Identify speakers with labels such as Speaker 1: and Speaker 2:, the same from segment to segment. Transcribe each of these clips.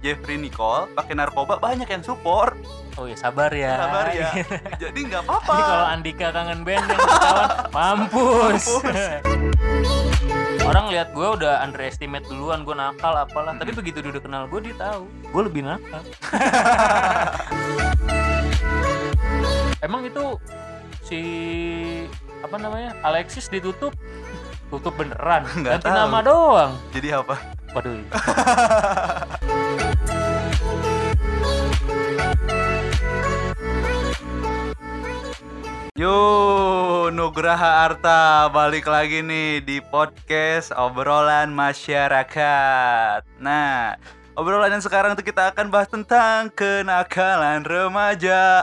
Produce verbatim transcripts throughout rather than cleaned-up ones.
Speaker 1: Jeffrey Nicole pakai narkoba banyak yang support.
Speaker 2: Oh ya sabar ya.
Speaker 1: Sabar ya. Jadi nggak apa-apa.
Speaker 2: Jadi kalau Andika kangen band yang ketahuan, mampus. Orang lihat gue udah underestimate duluan, gue nakal apalah. Hmm. Tapi begitu dia udah kenal gue, dia tahu gue lebih nakal. Emang itu si apa namanya Alexis ditutup, tutup beneran? Ganti nama doang.
Speaker 1: Jadi apa?
Speaker 2: Waduh.
Speaker 1: Yo, Nugraha Arta balik lagi nih di podcast Obrolan Masyarakat. Nah, obrolan yang sekarang tuh kita akan bahas tentang kenakalan remaja.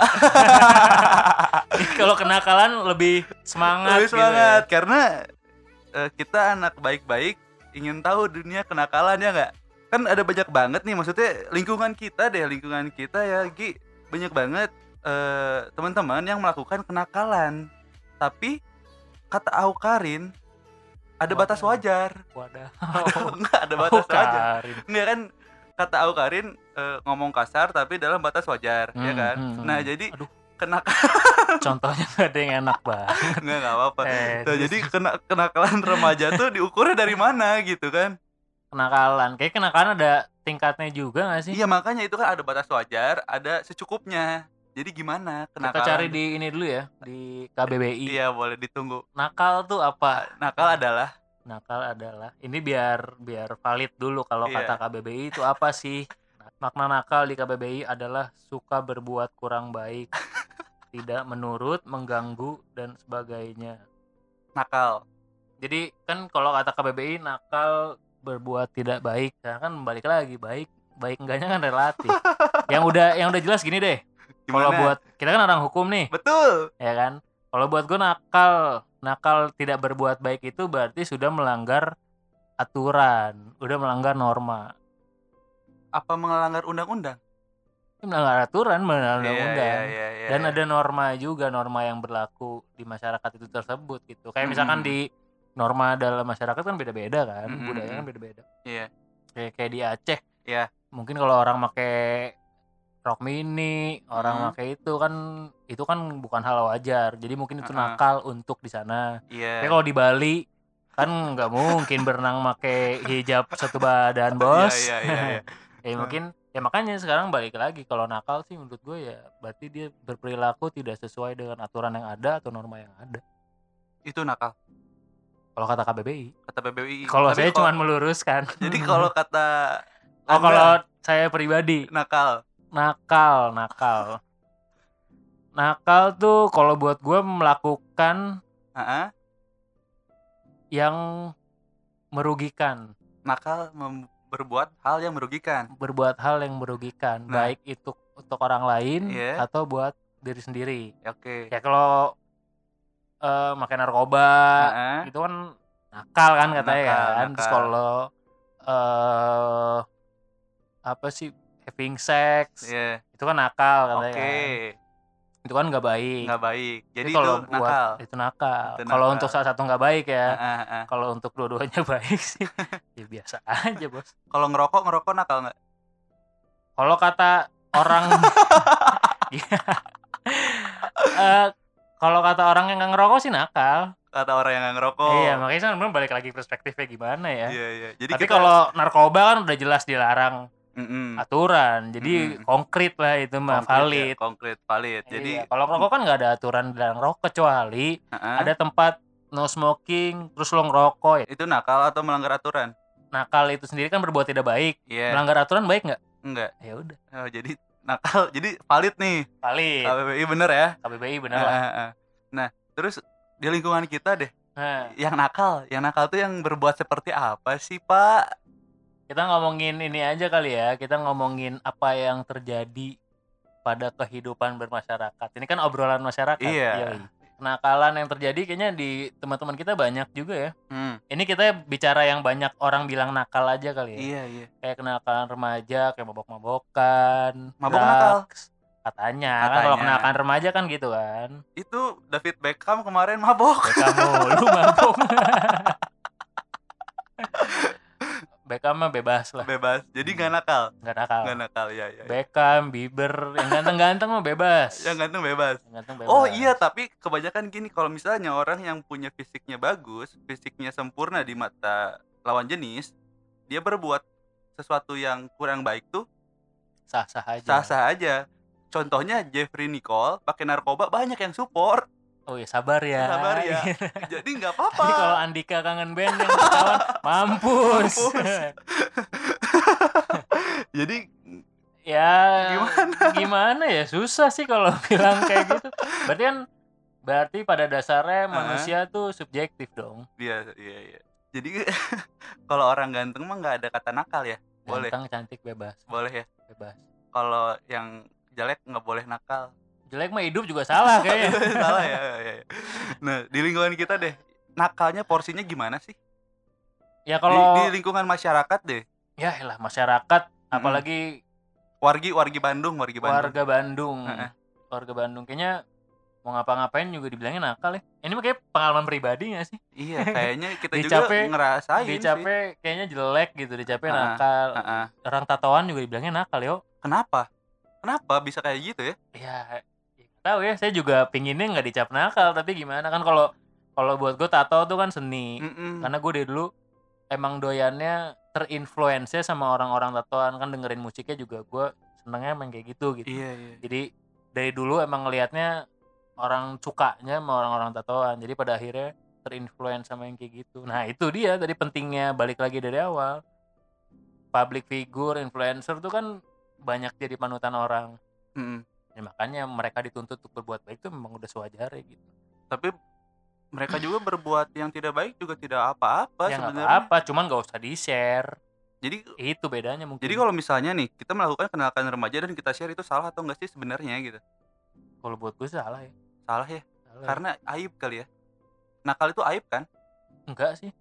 Speaker 2: Kalau kenakalan lebih semangat.
Speaker 1: Lebih semangat
Speaker 2: gitu ya?
Speaker 1: Karena uh, kita anak baik-baik ingin tahu dunia kenakalan ya nggak? Kan ada banyak banget nih, maksudnya lingkungan kita deh, lingkungan kita ya Gi, banyak banget uh, teman-teman yang melakukan kenakalan. Tapi kata Aukarin ada Wadah. batas wajar.
Speaker 2: Wadah.
Speaker 1: Enggak ada batas wajar. Enggak kan, kata Aukarin uh, ngomong kasar tapi dalam batas wajar, hmm, ya kan? Hmm, nah, jadi
Speaker 2: aduh.
Speaker 1: Kenakalan
Speaker 2: contohnya nggak ada yang enak banget.
Speaker 1: Nggak, nggak apa-apa. Eh, nah, jadi kena, kenakalan remaja tuh diukurnya dari mana gitu kan?
Speaker 2: Kenakalan, kayak kenakalan ada tingkatnya juga nggak sih?
Speaker 1: Iya, makanya itu kan ada batas wajar, ada secukupnya. Jadi gimana kenakalan?
Speaker 2: Kita cari di ini dulu ya, di K B B I.
Speaker 1: Iya, boleh ditunggu.
Speaker 2: Nakal tuh apa?
Speaker 1: Nakal adalah
Speaker 2: Nakal adalah ini biar biar valid dulu kalau iya. Kata K B B I itu apa sih? Makna nakal di K B B I adalah suka berbuat kurang baik, tidak menurut, mengganggu, dan sebagainya.
Speaker 1: Nakal.
Speaker 2: Jadi kan kalau kata K B B I nakal berbuat tidak baik, nah kan balik lagi baik, baik enggaknya kan relatif. yang udah yang udah jelas gini deh. Kalau buat kita kan orang hukum nih.
Speaker 1: Betul.
Speaker 2: Ya kan. Kalau buat gue nakal, nakal tidak berbuat baik itu berarti sudah melanggar aturan, udah melanggar norma.
Speaker 1: Apa melanggar undang-undang?
Speaker 2: Melanggar aturan, melanggar
Speaker 1: yeah,
Speaker 2: undang-undang.
Speaker 1: Yeah, yeah, yeah,
Speaker 2: Dan
Speaker 1: yeah.
Speaker 2: ada norma juga, norma yang berlaku di masyarakat itu tersebut gitu. Kayak misalkan mm-hmm. di norma dalam masyarakat kan beda-beda kan, mm-hmm. budaya kan beda-beda.
Speaker 1: Iya. Yeah.
Speaker 2: Kayak kayak di Aceh.
Speaker 1: Iya. Yeah.
Speaker 2: Mungkin kalau orang pakai rok mini, orang mm-hmm. pakai itu kan itu kan bukan hal wajar. Jadi mungkin itu uh-uh. nakal untuk di sana.
Speaker 1: Iya. Yeah.
Speaker 2: Tapi kalau di Bali kan nggak mungkin berenang pakai hijab satu badan, bos.
Speaker 1: Iya, iya, iya.
Speaker 2: Ya mungkin ya makanya sekarang balik lagi, kalau nakal sih menurut gue ya berarti dia berperilaku tidak sesuai dengan aturan yang ada atau norma yang ada.
Speaker 1: Itu nakal.
Speaker 2: Kalau kata K B B I.
Speaker 1: Kata K B B I.
Speaker 2: Kalau saya cuma meluruskan.
Speaker 1: Jadi kalau kata
Speaker 2: Oh, kalau saya pribadi
Speaker 1: nakal.
Speaker 2: Nakal, nakal. Nakal tuh kalau buat gue melakukan
Speaker 1: uh-huh.
Speaker 2: yang merugikan.
Speaker 1: Nakal mem- berbuat hal yang merugikan.
Speaker 2: Berbuat hal yang merugikan, nah. Baik itu untuk orang lain yeah. atau buat diri sendiri.
Speaker 1: Oke. Okay.
Speaker 2: Ya kalau uh, makan narkoba uh-huh. itu kan nakal kan katanya nakal, kan. Nakal. Terus kalau uh, apa sih having sex
Speaker 1: yeah.
Speaker 2: itu kan nakal katanya.
Speaker 1: Oke. Okay.
Speaker 2: Kan. Itu kan nggak baik.
Speaker 1: Nggak baik. Jadi, Jadi
Speaker 2: kalau
Speaker 1: itu nakal.
Speaker 2: Itu nakal. Kalau untuk salah satu nggak baik ya.
Speaker 1: Uh, uh, uh.
Speaker 2: Kalau untuk dua-duanya baik sih. Ya biasa aja, bos.
Speaker 1: Kalau ngerokok ngerokok nakal nggak?
Speaker 2: Kalau kata orang, uh, kalau kata orang yang nggak ngerokok sih nakal.
Speaker 1: Kata orang yang nggak ngerokok.
Speaker 2: Iya, makanya sebenarnya balik lagi perspektifnya gimana ya.
Speaker 1: Iya iya. Jadi
Speaker 2: tapi
Speaker 1: kita...
Speaker 2: kalau narkoba kan udah jelas dilarang.
Speaker 1: Mm-mm.
Speaker 2: Aturan, jadi mm-mm. konkret lah itu mah valid.
Speaker 1: Ya, konkret valid. Jadi
Speaker 2: iya, kalau ngerokok kan nggak ada aturan dilarang rokok kecuali uh-huh. ada tempat no smoking terus lo ngerokok. Ya.
Speaker 1: Itu nakal atau melanggar aturan?
Speaker 2: Nakal itu sendiri kan berbuat tidak baik.
Speaker 1: Yeah.
Speaker 2: Melanggar aturan baik nggak?
Speaker 1: Enggak.
Speaker 2: Ya udah.
Speaker 1: Oh, jadi nakal, jadi valid nih.
Speaker 2: Valid.
Speaker 1: K B B I bener ya?
Speaker 2: K B B I bener uh, lah. Uh, uh.
Speaker 1: Nah, terus di lingkungan kita deh,
Speaker 2: uh.
Speaker 1: yang nakal, yang nakal tuh yang berbuat seperti apa sih, Pak?
Speaker 2: Kita ngomongin ini aja kali ya, kita ngomongin apa yang terjadi pada kehidupan bermasyarakat. Ini kan obrolan masyarakat.
Speaker 1: Iya.
Speaker 2: Yoi. Kenakalan yang terjadi kayaknya di teman-teman kita banyak juga ya.
Speaker 1: Hmm.
Speaker 2: Ini kita bicara yang banyak orang bilang nakal aja kali ya.
Speaker 1: Iya, iya.
Speaker 2: Kayak kenakalan remaja, kayak mabok-mabokan.
Speaker 1: Mabok nakal?
Speaker 2: Katanya, Katanya. Kan kalau kenakalan remaja kan gitu kan.
Speaker 1: Itu David Beckham kemarin mabok.
Speaker 2: Beckham lu mabok. Beckham mah bebas lah.
Speaker 1: Bebas. Jadi nggak
Speaker 2: Hmm.
Speaker 1: nakal.
Speaker 2: Nggak nakal.
Speaker 1: Nggak nakal ya, ya.
Speaker 2: Beckham, Bieber, yang ganteng-ganteng mah bebas.
Speaker 1: Yang ganteng bebas.
Speaker 2: Yang ganteng bebas.
Speaker 1: Oh iya, tapi kebanyakan gini, kalau misalnya orang yang punya fisiknya bagus, fisiknya sempurna di mata lawan jenis, dia berbuat sesuatu yang kurang baik tuh
Speaker 2: sah-sah aja.
Speaker 1: Sah-sah aja. Contohnya Jeffrey Nicole pakai narkoba, banyak yang support.
Speaker 2: Oh ya sabar ya.
Speaker 1: Sabar ya. Jadi nggak apa-apa.
Speaker 2: Tapi kalau Andika kangen band yang ketahuan, mampus.
Speaker 1: Mampus. Jadi
Speaker 2: ya
Speaker 1: gimana?
Speaker 2: Gimana ya, susah sih kalau bilang kayak gitu. Berarti kan berarti pada dasarnya manusia uh-huh. tuh subjektif dong.
Speaker 1: Iya, iya, iya. Jadi kalau orang ganteng mah nggak ada kata nakal ya? Boleh.
Speaker 2: Ganteng, cantik, bebas.
Speaker 1: Boleh ya?
Speaker 2: Bebas.
Speaker 1: Kalau yang jelek nggak boleh nakal.
Speaker 2: Jelek mah hidup juga salah kayaknya.
Speaker 1: Salah ya, ya, ya. Nah, di lingkungan kita deh, nakalnya porsinya gimana sih?
Speaker 2: Ya kalau
Speaker 1: di, di lingkungan masyarakat deh.
Speaker 2: Ya elah, masyarakat, mm-hmm. apalagi
Speaker 1: wargi wargi Bandung, wargi Bandung.
Speaker 2: Warga Bandung. Uh-uh. Warga Bandung kayaknya mau ngapa-ngapain juga dibilangin nakal ya. Ini mah kayak pengalaman pribadi gak sih?
Speaker 1: Iya, kayaknya kita juga ngerasain
Speaker 2: dicape
Speaker 1: sih.
Speaker 2: Kayaknya jelek gitu, dicape uh-uh. nakal.
Speaker 1: Uh-uh.
Speaker 2: Orang tatoan juga dibilangin nakal, yo.
Speaker 1: Kenapa? Kenapa bisa kayak gitu ya?
Speaker 2: Ya, ya tahu ya, saya juga pinginnya nggak dicap nakal, tapi gimana kan kalau kalau buat gue tato tuh kan seni. Mm-mm. Karena gue dari dulu emang doyannya terinfluence sama orang-orang tatoan, kan dengerin musiknya juga gue senengnya emang kayak gitu gitu.
Speaker 1: Iya, iya.
Speaker 2: Jadi dari dulu emang ngelihatnya orang sukanya sama orang-orang tatoan. Jadi pada akhirnya terinfluence sama yang kayak gitu. Nah, itu dia tadi pentingnya balik lagi dari awal. Public figure, influencer tuh kan banyak jadi panutan orang.
Speaker 1: Mm-hmm.
Speaker 2: Ya, makanya mereka dituntut untuk berbuat baik itu memang udah sewajarnya gitu.
Speaker 1: Tapi mereka juga berbuat yang tidak baik juga tidak apa-apa
Speaker 2: ya,
Speaker 1: sebenarnya.
Speaker 2: Ya nggak apa-apa, cuman nggak usah di-share.
Speaker 1: Jadi
Speaker 2: itu bedanya mungkin.
Speaker 1: Jadi kalau misalnya nih kita melakukan kenakalan remaja dan kita share, itu salah atau enggak sih sebenarnya gitu?
Speaker 2: Kalau buat gue salah ya.
Speaker 1: Salah ya?
Speaker 2: Salah
Speaker 1: Karena
Speaker 2: ya.
Speaker 1: aib kali ya. Nakal itu aib kan?
Speaker 2: Enggak sih.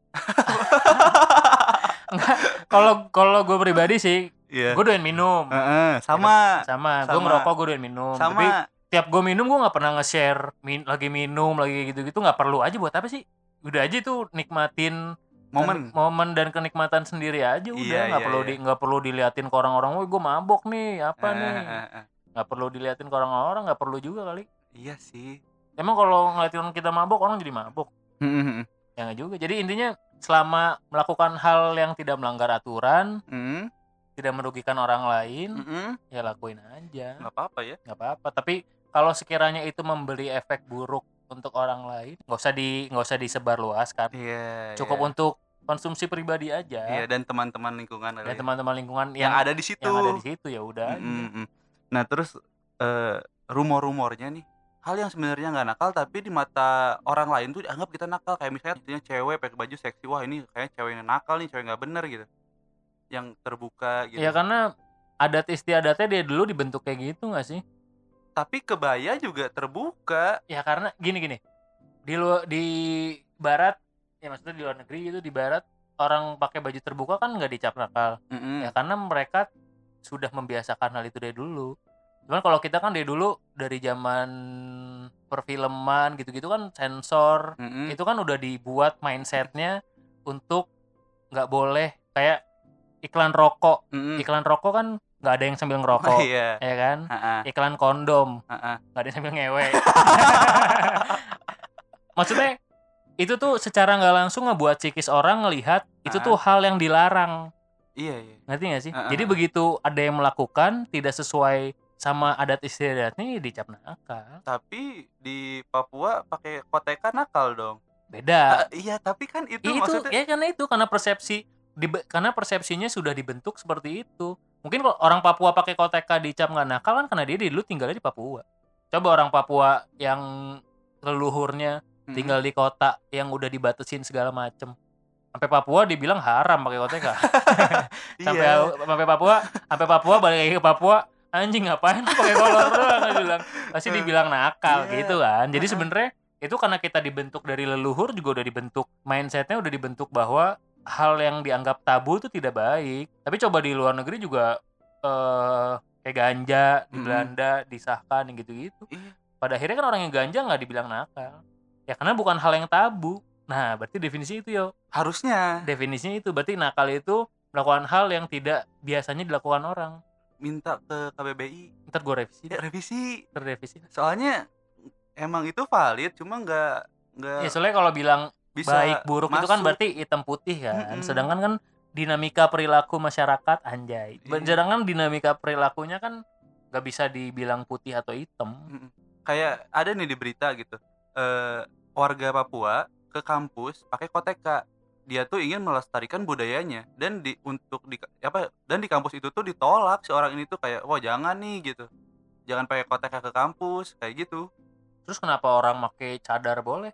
Speaker 2: Enggak. Kalau kalau gue pribadi sih, yeah. gue doyan minum.
Speaker 1: Uh-uh, sama.
Speaker 2: Ya, sama. Gue ngerokok, gue doyan minum.
Speaker 1: Sama.
Speaker 2: Tapi tiap gue minum gue nggak pernah nge-share min- lagi minum lagi gitu-gitu, nggak perlu aja. Buat apa sih? Udah aja tuh nikmatin
Speaker 1: momen
Speaker 2: momen dan kenikmatan sendiri aja udah. Nggak
Speaker 1: iya,
Speaker 2: perlu
Speaker 1: iya.
Speaker 2: di nggak perlu diliatin ke orang-orang. Woi gue mabok nih apa
Speaker 1: uh,
Speaker 2: nih?
Speaker 1: Uh, uh.
Speaker 2: Nggak perlu diliatin ke orang-orang, nggak perlu juga kali.
Speaker 1: Iya sih.
Speaker 2: Emang kalau ngeliatin kita mabok orang jadi mabok? Ya nggak juga. Jadi intinya selama melakukan hal yang tidak melanggar aturan,
Speaker 1: mm.
Speaker 2: tidak merugikan orang lain,
Speaker 1: mm-hmm.
Speaker 2: ya lakuin aja.
Speaker 1: Nggak apa-apa ya?
Speaker 2: Nggak apa-apa. Tapi kalau sekiranya itu memberi efek buruk untuk orang lain, nggak usah di nggak usah disebarluaskan.
Speaker 1: Yeah,
Speaker 2: Cukup
Speaker 1: yeah.
Speaker 2: untuk konsumsi pribadi aja.
Speaker 1: Iya, yeah, dan teman-teman lingkungan.
Speaker 2: Dan ya. teman-teman lingkungan
Speaker 1: yang, yang ada di situ.
Speaker 2: Yang ada di situ ya udah.
Speaker 1: Mm-hmm. Nah terus uh, rumor-rumornya nih, hal yang sebenarnya nggak nakal tapi di mata orang lain tuh dianggap kita nakal. Kayak misalnya intinya cewek pakai baju seksi, wah ini kayak cewek yang nakal nih, cewek nggak bener gitu, yang terbuka gitu.
Speaker 2: Ya karena adat istiadatnya dia dulu dibentuk kayak gitu nggak sih?
Speaker 1: Tapi kebaya juga terbuka.
Speaker 2: Ya karena gini-gini, di luar di barat, ya maksudnya di luar negeri gitu, di barat orang pakai baju terbuka kan nggak dicap nakal.
Speaker 1: Mm-hmm.
Speaker 2: Ya karena mereka sudah membiasakan hal itu dari dulu. Cuman kalau kita kan dari dulu, dari zaman perfilman gitu-gitu kan sensor, mm-hmm. itu kan udah dibuat mindsetnya untuk nggak boleh, kayak iklan rokok, mm-hmm. iklan rokok kan nggak ada yang sambil ngerokok,
Speaker 1: oh, iya.
Speaker 2: ya kan?
Speaker 1: Uh-uh.
Speaker 2: Iklan kondom,
Speaker 1: uh-uh.
Speaker 2: nggak ada yang sambil ngewe. Maksudnya itu tuh secara nggak langsung ngebuat psikis orang ngelihat uh-uh. itu tuh hal yang dilarang.
Speaker 1: Iya, iya.
Speaker 2: Ngerti nggak sih?
Speaker 1: Uh-uh.
Speaker 2: Jadi begitu ada yang melakukan tidak sesuai sama adat istiadatnya, dicap nakal.
Speaker 1: Tapi di Papua pakai koteka nakal dong.
Speaker 2: Beda.
Speaker 1: Uh, iya, tapi kan itu,
Speaker 2: itu
Speaker 1: maksudnya.
Speaker 2: Ya karena itu karena persepsi di, karena persepsinya sudah dibentuk seperti itu. Mungkin kalau orang Papua pakai koteka dicap nggak nakal kan karena dia dulu tinggalnya di Papua. Coba orang Papua yang leluhurnya hmm. tinggal di kota yang udah dibatasin segala macem, sampai Papua dibilang haram pakai koteka. sampai yeah. sampai Papua, sampai Papua balik lagi ke Papua, anjing ngapain lu pakai kolor doang, bilang. Pasti dibilang nakal yeah. gitu kan. Jadi sebenarnya itu karena kita dibentuk dari leluhur, juga udah dibentuk mindsetnya, udah dibentuk bahwa hal yang dianggap tabu itu tidak baik. Tapi coba di luar negeri juga eh, kayak ganja di mm. Belanda disahkan gitu-gitu. Pada akhirnya kan orang yang ganja nggak dibilang nakal. Ya karena bukan hal yang tabu. Nah, berarti definisi itu yo.
Speaker 1: Harusnya.
Speaker 2: Definisinya itu berarti nakal itu melakukan hal yang tidak biasanya dilakukan orang.
Speaker 1: Minta ke K B B I.
Speaker 2: Ntar gue revisi.
Speaker 1: Ya, revisi.
Speaker 2: Terrevisi.
Speaker 1: Soalnya emang itu valid, cuma nggak nggak.
Speaker 2: Ya soalnya kalau bilang baik buruk masuk. Itu kan berarti hitam putih kan. Mm-mm. Sedangkan kan dinamika perilaku masyarakat anjay. Iya. Sedangkan dinamika perilakunya kan nggak bisa dibilang putih atau hitam.
Speaker 1: Mm-mm. Kayak ada nih di berita gitu. Uh, warga Papua ke kampus pakai koteka. Dia tuh ingin melestarikan budayanya dan di untuk di apa dan di kampus itu tuh ditolak seorang ini tuh kayak wah jangan nih gitu. Jangan pakai koteka ke kampus kayak gitu.
Speaker 2: Terus kenapa orang pakai cadar boleh?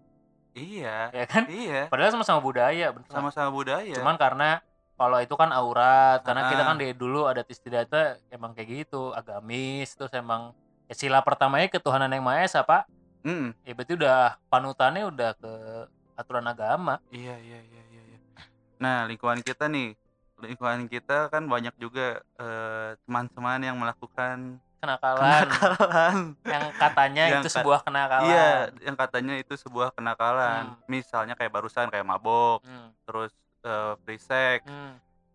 Speaker 1: Iya.
Speaker 2: Ya kan?
Speaker 1: Iya.
Speaker 2: Padahal sama-sama budaya, bener.
Speaker 1: Sama-sama budaya.
Speaker 2: Cuman karena kalau itu kan aurat, karena ah. kita kan dari dulu adat istiadat emang kayak gitu, agamis, terus emang ya sila pertamanya ketuhanan yang Maha Esa, Pak.
Speaker 1: Mm.
Speaker 2: Ya berarti udah panutannya udah ke aturan agama.
Speaker 1: Iya, iya, iya, iya, iya. Nah, lingkungan kita nih, lingkungan kita kan banyak juga eh, teman-teman yang melakukan
Speaker 2: kenakalan,
Speaker 1: kenakalan.
Speaker 2: yang katanya yang itu ka- sebuah kenakalan.
Speaker 1: Iya, yang katanya itu sebuah kenakalan. Hmm. Misalnya kayak barusan kayak mabok, hmm. terus uh, free sex, hmm.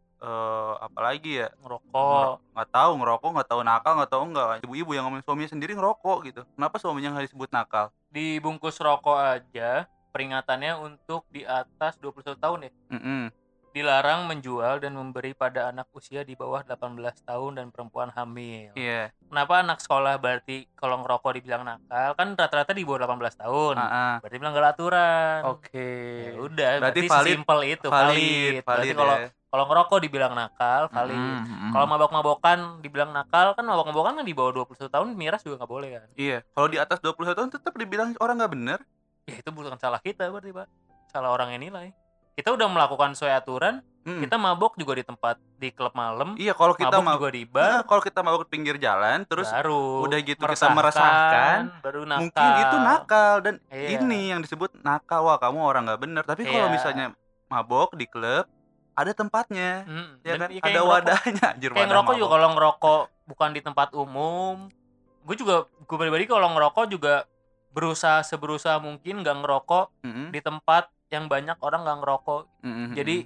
Speaker 1: uh, apalagi ya
Speaker 2: ngerokok.
Speaker 1: Nggak tahu ngerokok, nggak tahu nakal, nggak tahu enggak. Ibu-ibu yang ngomongin suaminya sendiri ngerokok gitu. Kenapa suaminya nggak disebut nakal?
Speaker 2: Di bungkus rokok aja peringatannya untuk di atas dua puluh satu tahun ya. Mm-mm. Dilarang menjual dan memberi pada anak usia di bawah delapan belas tahun dan perempuan hamil.
Speaker 1: Iya. Yeah.
Speaker 2: Kenapa anak sekolah berarti kalau ngerokok dibilang nakal? Kan rata-rata di bawah delapan belas tahun. Uh-uh. Berarti melanggar aturan.
Speaker 1: Oke. Okay.
Speaker 2: Ya udah, berarti, berarti
Speaker 1: valid,
Speaker 2: sesimpel itu,
Speaker 1: valid.
Speaker 2: valid.
Speaker 1: valid
Speaker 2: berarti kalau
Speaker 1: ya.
Speaker 2: kalau ngerokok dibilang nakal, valid. Mm-hmm. Kalau mabok-mabokan dibilang nakal, kan mabok-mabokan kan di bawah dua puluh satu tahun miras juga enggak boleh kan?
Speaker 1: Iya. Kalau di atas dua puluh satu tahun tetap dibilang orang enggak benar.
Speaker 2: Ya itu bukan salah kita berarti, Pak. Salah orang yang nilai. Kita udah melakukan sesuai aturan, hmm. kita mabok juga di tempat di klub malam.
Speaker 1: Iya, kalau kita
Speaker 2: mabok
Speaker 1: mab-
Speaker 2: juga di bar.
Speaker 1: Nah, kalau kita mabok di pinggir jalan, terus
Speaker 2: baru
Speaker 1: udah gitu kita meresahkan,
Speaker 2: baru nakal.
Speaker 1: Mungkin itu nakal dan
Speaker 2: iya.
Speaker 1: ini yang disebut nakal. Wah, kamu orang nggak benar. Tapi iya. Kalau misalnya mabok di klub, ada tempatnya, hmm. ya kan? Ada wadahnya.
Speaker 2: Anjir, kayak ngerokok juga kalau ngerokok bukan di tempat umum. Gue juga, gue pribadi kalau ngerokok juga berusaha seberusaha mungkin nggak ngerokok mm-hmm. di tempat yang banyak orang nggak ngerokok. Mm-hmm. Jadi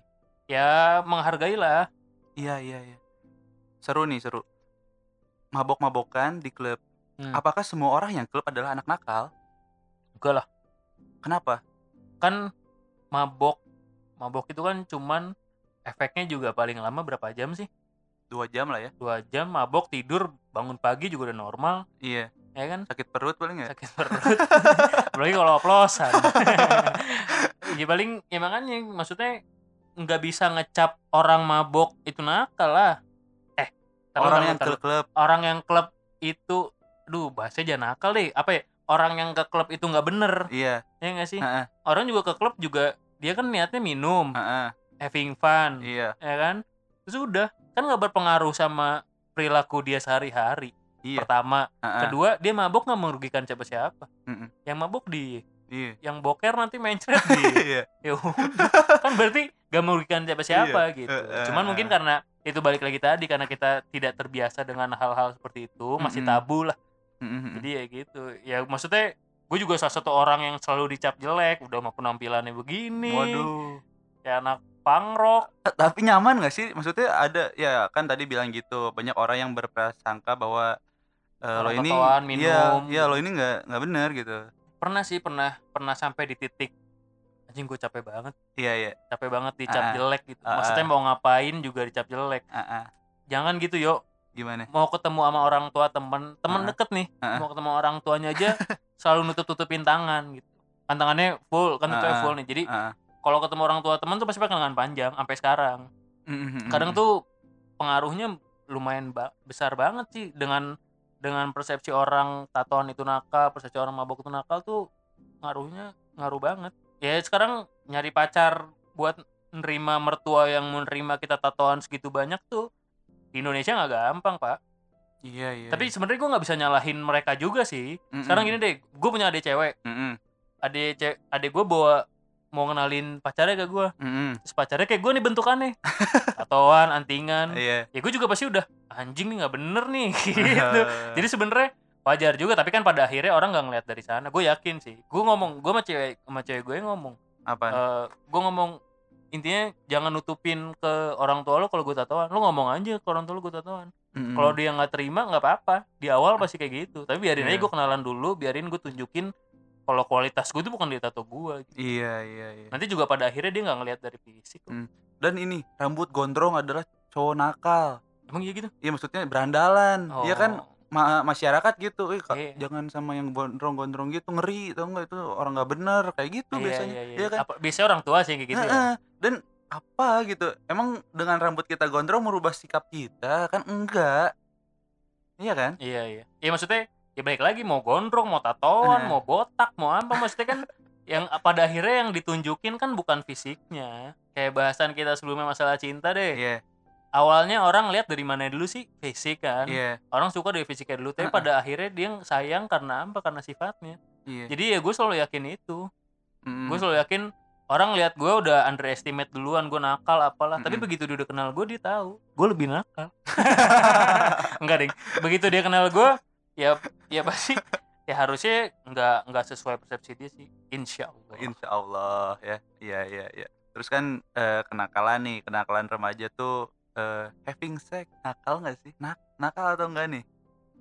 Speaker 2: ya menghargailah.
Speaker 1: Iya iya iya. Seru nih seru. Mabok-mabokan di klub. Hmm. Apakah semua orang yang klub adalah anak nakal?
Speaker 2: Enggak lah.
Speaker 1: Kenapa?
Speaker 2: Kan mabok, mabok itu kan cuman efeknya juga paling lama berapa jam sih?
Speaker 1: Dua jam lah ya.
Speaker 2: Dua jam mabok tidur bangun pagi juga udah normal.
Speaker 1: Iya.
Speaker 2: Ya kan?
Speaker 1: Sakit perut paling nggak?
Speaker 2: Sakit perut. Apalagi kalau oplosan. Ya paling ya makanya maksudnya nggak bisa ngecap orang mabok itu nakal lah. Eh,
Speaker 1: orang yang ke klub.
Speaker 2: Orang yang klub itu, duh bahasanya jangan nakal deh. Apa ya? Orang yang ke klub itu nggak bener.
Speaker 1: Iya.
Speaker 2: Ya nggak sih?
Speaker 1: Ha-ha.
Speaker 2: Orang juga ke klub juga dia kan niatnya minum,
Speaker 1: Ha-ha.
Speaker 2: having fun.
Speaker 1: Iya.
Speaker 2: Ya kan? Terus udah kan nggak berpengaruh sama perilaku dia sehari-hari.
Speaker 1: Iya.
Speaker 2: Pertama,
Speaker 1: Ha-ha.
Speaker 2: kedua dia mabok nggak merugikan siapa-siapa.
Speaker 1: Mm-mm.
Speaker 2: Yang mabok dia,
Speaker 1: iya.
Speaker 2: Yang boker nanti mencret dia. Ya udah, kan berarti nggak merugikan siapa-siapa iya. gitu. Uh, uh, Cuman mungkin karena itu balik lagi tadi karena kita tidak terbiasa dengan hal-hal seperti itu, mm-hmm. masih tabu lah. Mm-hmm. Jadi ya gitu. Ya maksudnya gue juga salah satu orang yang selalu dicap jelek, udah mau penampilannya begini.
Speaker 1: Waduh.
Speaker 2: Ya anak pangrok.
Speaker 1: Tapi nyaman nggak sih? Maksudnya ada ya kan tadi bilang gitu banyak orang yang berprasangka bahwa Uh, lo ini iya, iya lo ini nggak nggak benar gitu.
Speaker 2: Pernah sih pernah pernah sampai di titik anjing gue capek banget.
Speaker 1: Iya iya.
Speaker 2: Capek banget dicap uh-uh. jelek gitu.
Speaker 1: Uh-uh.
Speaker 2: Maksudnya mau ngapain juga dicap jelek.
Speaker 1: Uh-uh.
Speaker 2: Jangan gitu yo.
Speaker 1: Gimana?
Speaker 2: Mau ketemu sama orang tua temen temen uh-uh. deket nih. Uh-uh. Mau ketemu orang tuanya aja selalu nutup-tutupin tangan gitu. Kan tangannya full kan tutupnya uh-uh. full nih. Jadi uh-uh. kalau ketemu orang tua temen tuh pasti pakai lengan panjang sampai sekarang. Uh-uh. Kadang tuh pengaruhnya lumayan ba- besar banget sih dengan dengan persepsi orang tatoan itu nakal, persepsi orang mabok itu nakal tuh ngaruhnya ngaruh banget. Ya sekarang nyari pacar buat nerima mertua yang menerima kita tatoan segitu banyak tuh di Indonesia nggak gampang, Pak.
Speaker 1: Iya iya.
Speaker 2: Tapi sebenarnya gue nggak bisa nyalahin mereka juga sih. Mm-mm. Sekarang gini deh, gue punya adik cewek.
Speaker 1: Mm-mm.
Speaker 2: Adik ce- adik gue bawa mau kenalin pacarnya ke gue.
Speaker 1: Mm-mm.
Speaker 2: Terus pacarnya kayak gue nih bentukannya. Tatoan, antingan.
Speaker 1: Iya.
Speaker 2: Ya gue juga pasti udah anjing nih nggak bener nih gitu. Jadi sebenarnya wajar juga, tapi kan pada akhirnya orang nggak ngeliat dari sana. Gue yakin sih. Gue ngomong, gue sama cewek sama cewek gue ngomong.
Speaker 1: Apaan?
Speaker 2: Uh, gue ngomong intinya jangan nutupin ke orang tua lo kalau gue tatoan. Lo ngomong aja ke orang tua lo gue tatoan.
Speaker 1: Mm-mm.
Speaker 2: Kalau dia nggak terima nggak apa-apa. Di awal pasti kayak gitu. Tapi biarin
Speaker 1: Iya.
Speaker 2: aja gue kenalan dulu. Biarin gue tunjukin kalau kualitas gue itu bukan di tato gue. Gitu.
Speaker 1: Iya iya iya.
Speaker 2: Nanti juga pada akhirnya dia nggak ngelihat dari fisik.
Speaker 1: Hmm. Dan ini rambut gondrong adalah cowok nakal.
Speaker 2: Emang iya gitu?
Speaker 1: Iya maksudnya berandalan. Iya
Speaker 2: Oh.
Speaker 1: kan ma- masyarakat gitu. Eh,
Speaker 2: Iya.
Speaker 1: jangan sama yang gondrong-gondrong gitu, ngeri tau nggak, itu orang nggak bener kayak gitu
Speaker 2: Iya,
Speaker 1: biasanya.
Speaker 2: iya, iya.
Speaker 1: Iya kan?
Speaker 2: Apa, biasanya orang tua sih kayak gitu ya.
Speaker 1: Heeh. Dan apa gitu? Emang dengan rambut kita gondrong merubah sikap kita? Kan enggak. Iya kan?
Speaker 2: Iya, iya. Iya maksudnya ya balik lagi mau gondrong, mau tatoan,
Speaker 1: Nah.
Speaker 2: mau botak, mau apa maksudnya kan yang pada akhirnya yang ditunjukin kan bukan fisiknya. Kayak bahasan kita sebelumnya masalah cinta deh.
Speaker 1: Iya.
Speaker 2: Awalnya orang lihat dari mana dulu sih? Fisik kan.
Speaker 1: Iya.
Speaker 2: Orang suka dari fisiknya dulu, tapi
Speaker 1: Uh-uh.
Speaker 2: pada akhirnya dia sayang karena apa? Karena sifatnya.
Speaker 1: Iya.
Speaker 2: Jadi ya gue selalu yakin itu.
Speaker 1: Mm-mm.
Speaker 2: Gue selalu yakin orang lihat gue udah underestimate duluan, gue nakal apalah.
Speaker 1: Mm-mm.
Speaker 2: Tapi begitu dia udah kenal gue, dia tahu gue lebih nakal. Enggak ding. Begitu dia kenal gue, ya ya pasti ya harusnya nggak nggak sesuai persepsi dia sih. Insya Allah.
Speaker 1: Insya Allah ya. Iya iya iya. Terus kan eh, kenakalan nih, kenakalan remaja tuh eh, having sex, nakal nggak sih? Nak nakal atau enggak nih?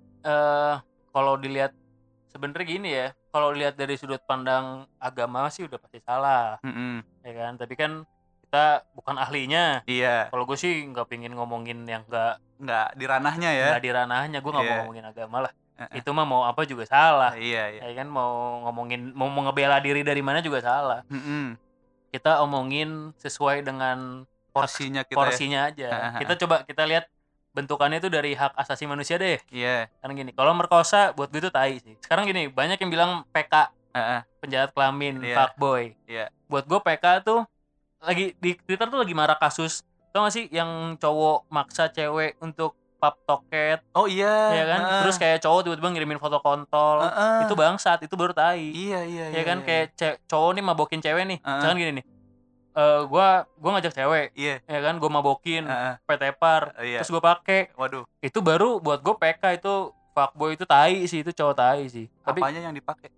Speaker 2: Eh kalau dilihat sebenarnya gini ya, kalau lihat dari sudut pandang agama sih udah pasti salah,
Speaker 1: Mm-mm.
Speaker 2: ya kan. Tapi kan kita bukan ahlinya.
Speaker 1: Iya.
Speaker 2: Kalau gue sih nggak pingin ngomongin yang nggak
Speaker 1: Nggak di ranahnya ya.
Speaker 2: nggak di ranahnya, gue nggak
Speaker 1: Iya.
Speaker 2: mau ngomongin agama lah.
Speaker 1: Uh-uh.
Speaker 2: Itu mah mau apa juga salah.
Speaker 1: Iya iya.
Speaker 2: Ya kan mau ngomongin mau mau ngebela diri dari mana juga salah.
Speaker 1: Mm-mm.
Speaker 2: Kita omongin sesuai dengan
Speaker 1: Porsinya kita
Speaker 2: porsinya aja.
Speaker 1: Uh-huh.
Speaker 2: Kita coba kita lihat bentukannya itu dari hak asasi manusia deh.
Speaker 1: ya. Iya.
Speaker 2: Karena gini, kalau merkosa buat gue itu tai sih. Sekarang gini, banyak yang bilang P K,
Speaker 1: Uh-uh.
Speaker 2: penjahat kelamin,
Speaker 1: Iya.
Speaker 2: fuckboy.
Speaker 1: Iya.
Speaker 2: Buat gue P K tuh lagi di Twitter tuh lagi marah kasus, tau gak sih yang cowok maksa cewek untuk pap toket,
Speaker 1: Oh iya.
Speaker 2: ya kan?
Speaker 1: Uh-uh.
Speaker 2: Terus kayak cowok tiba-tiba ngirimin foto kontol,
Speaker 1: Uh-uh.
Speaker 2: itu bangsat, itu baru tai.
Speaker 1: Iya iya
Speaker 2: Ya
Speaker 1: iya.
Speaker 2: kan
Speaker 1: iya.
Speaker 2: kayak ce- cowok nih mabokin cewek nih,
Speaker 1: Uh-uh.
Speaker 2: misalkan gini nih, eh gua gua ngajak cewek,
Speaker 1: Iya.
Speaker 2: ya kan, gua mabokin,
Speaker 1: Uh-uh.
Speaker 2: petepar,
Speaker 1: Uh, iya.
Speaker 2: terus gua pakai,
Speaker 1: Waduh.
Speaker 2: itu baru buat gue P K, itu fuckboy, itu tai sih, itu cowok tai sih. Tapi
Speaker 1: Apanya yang dipakai?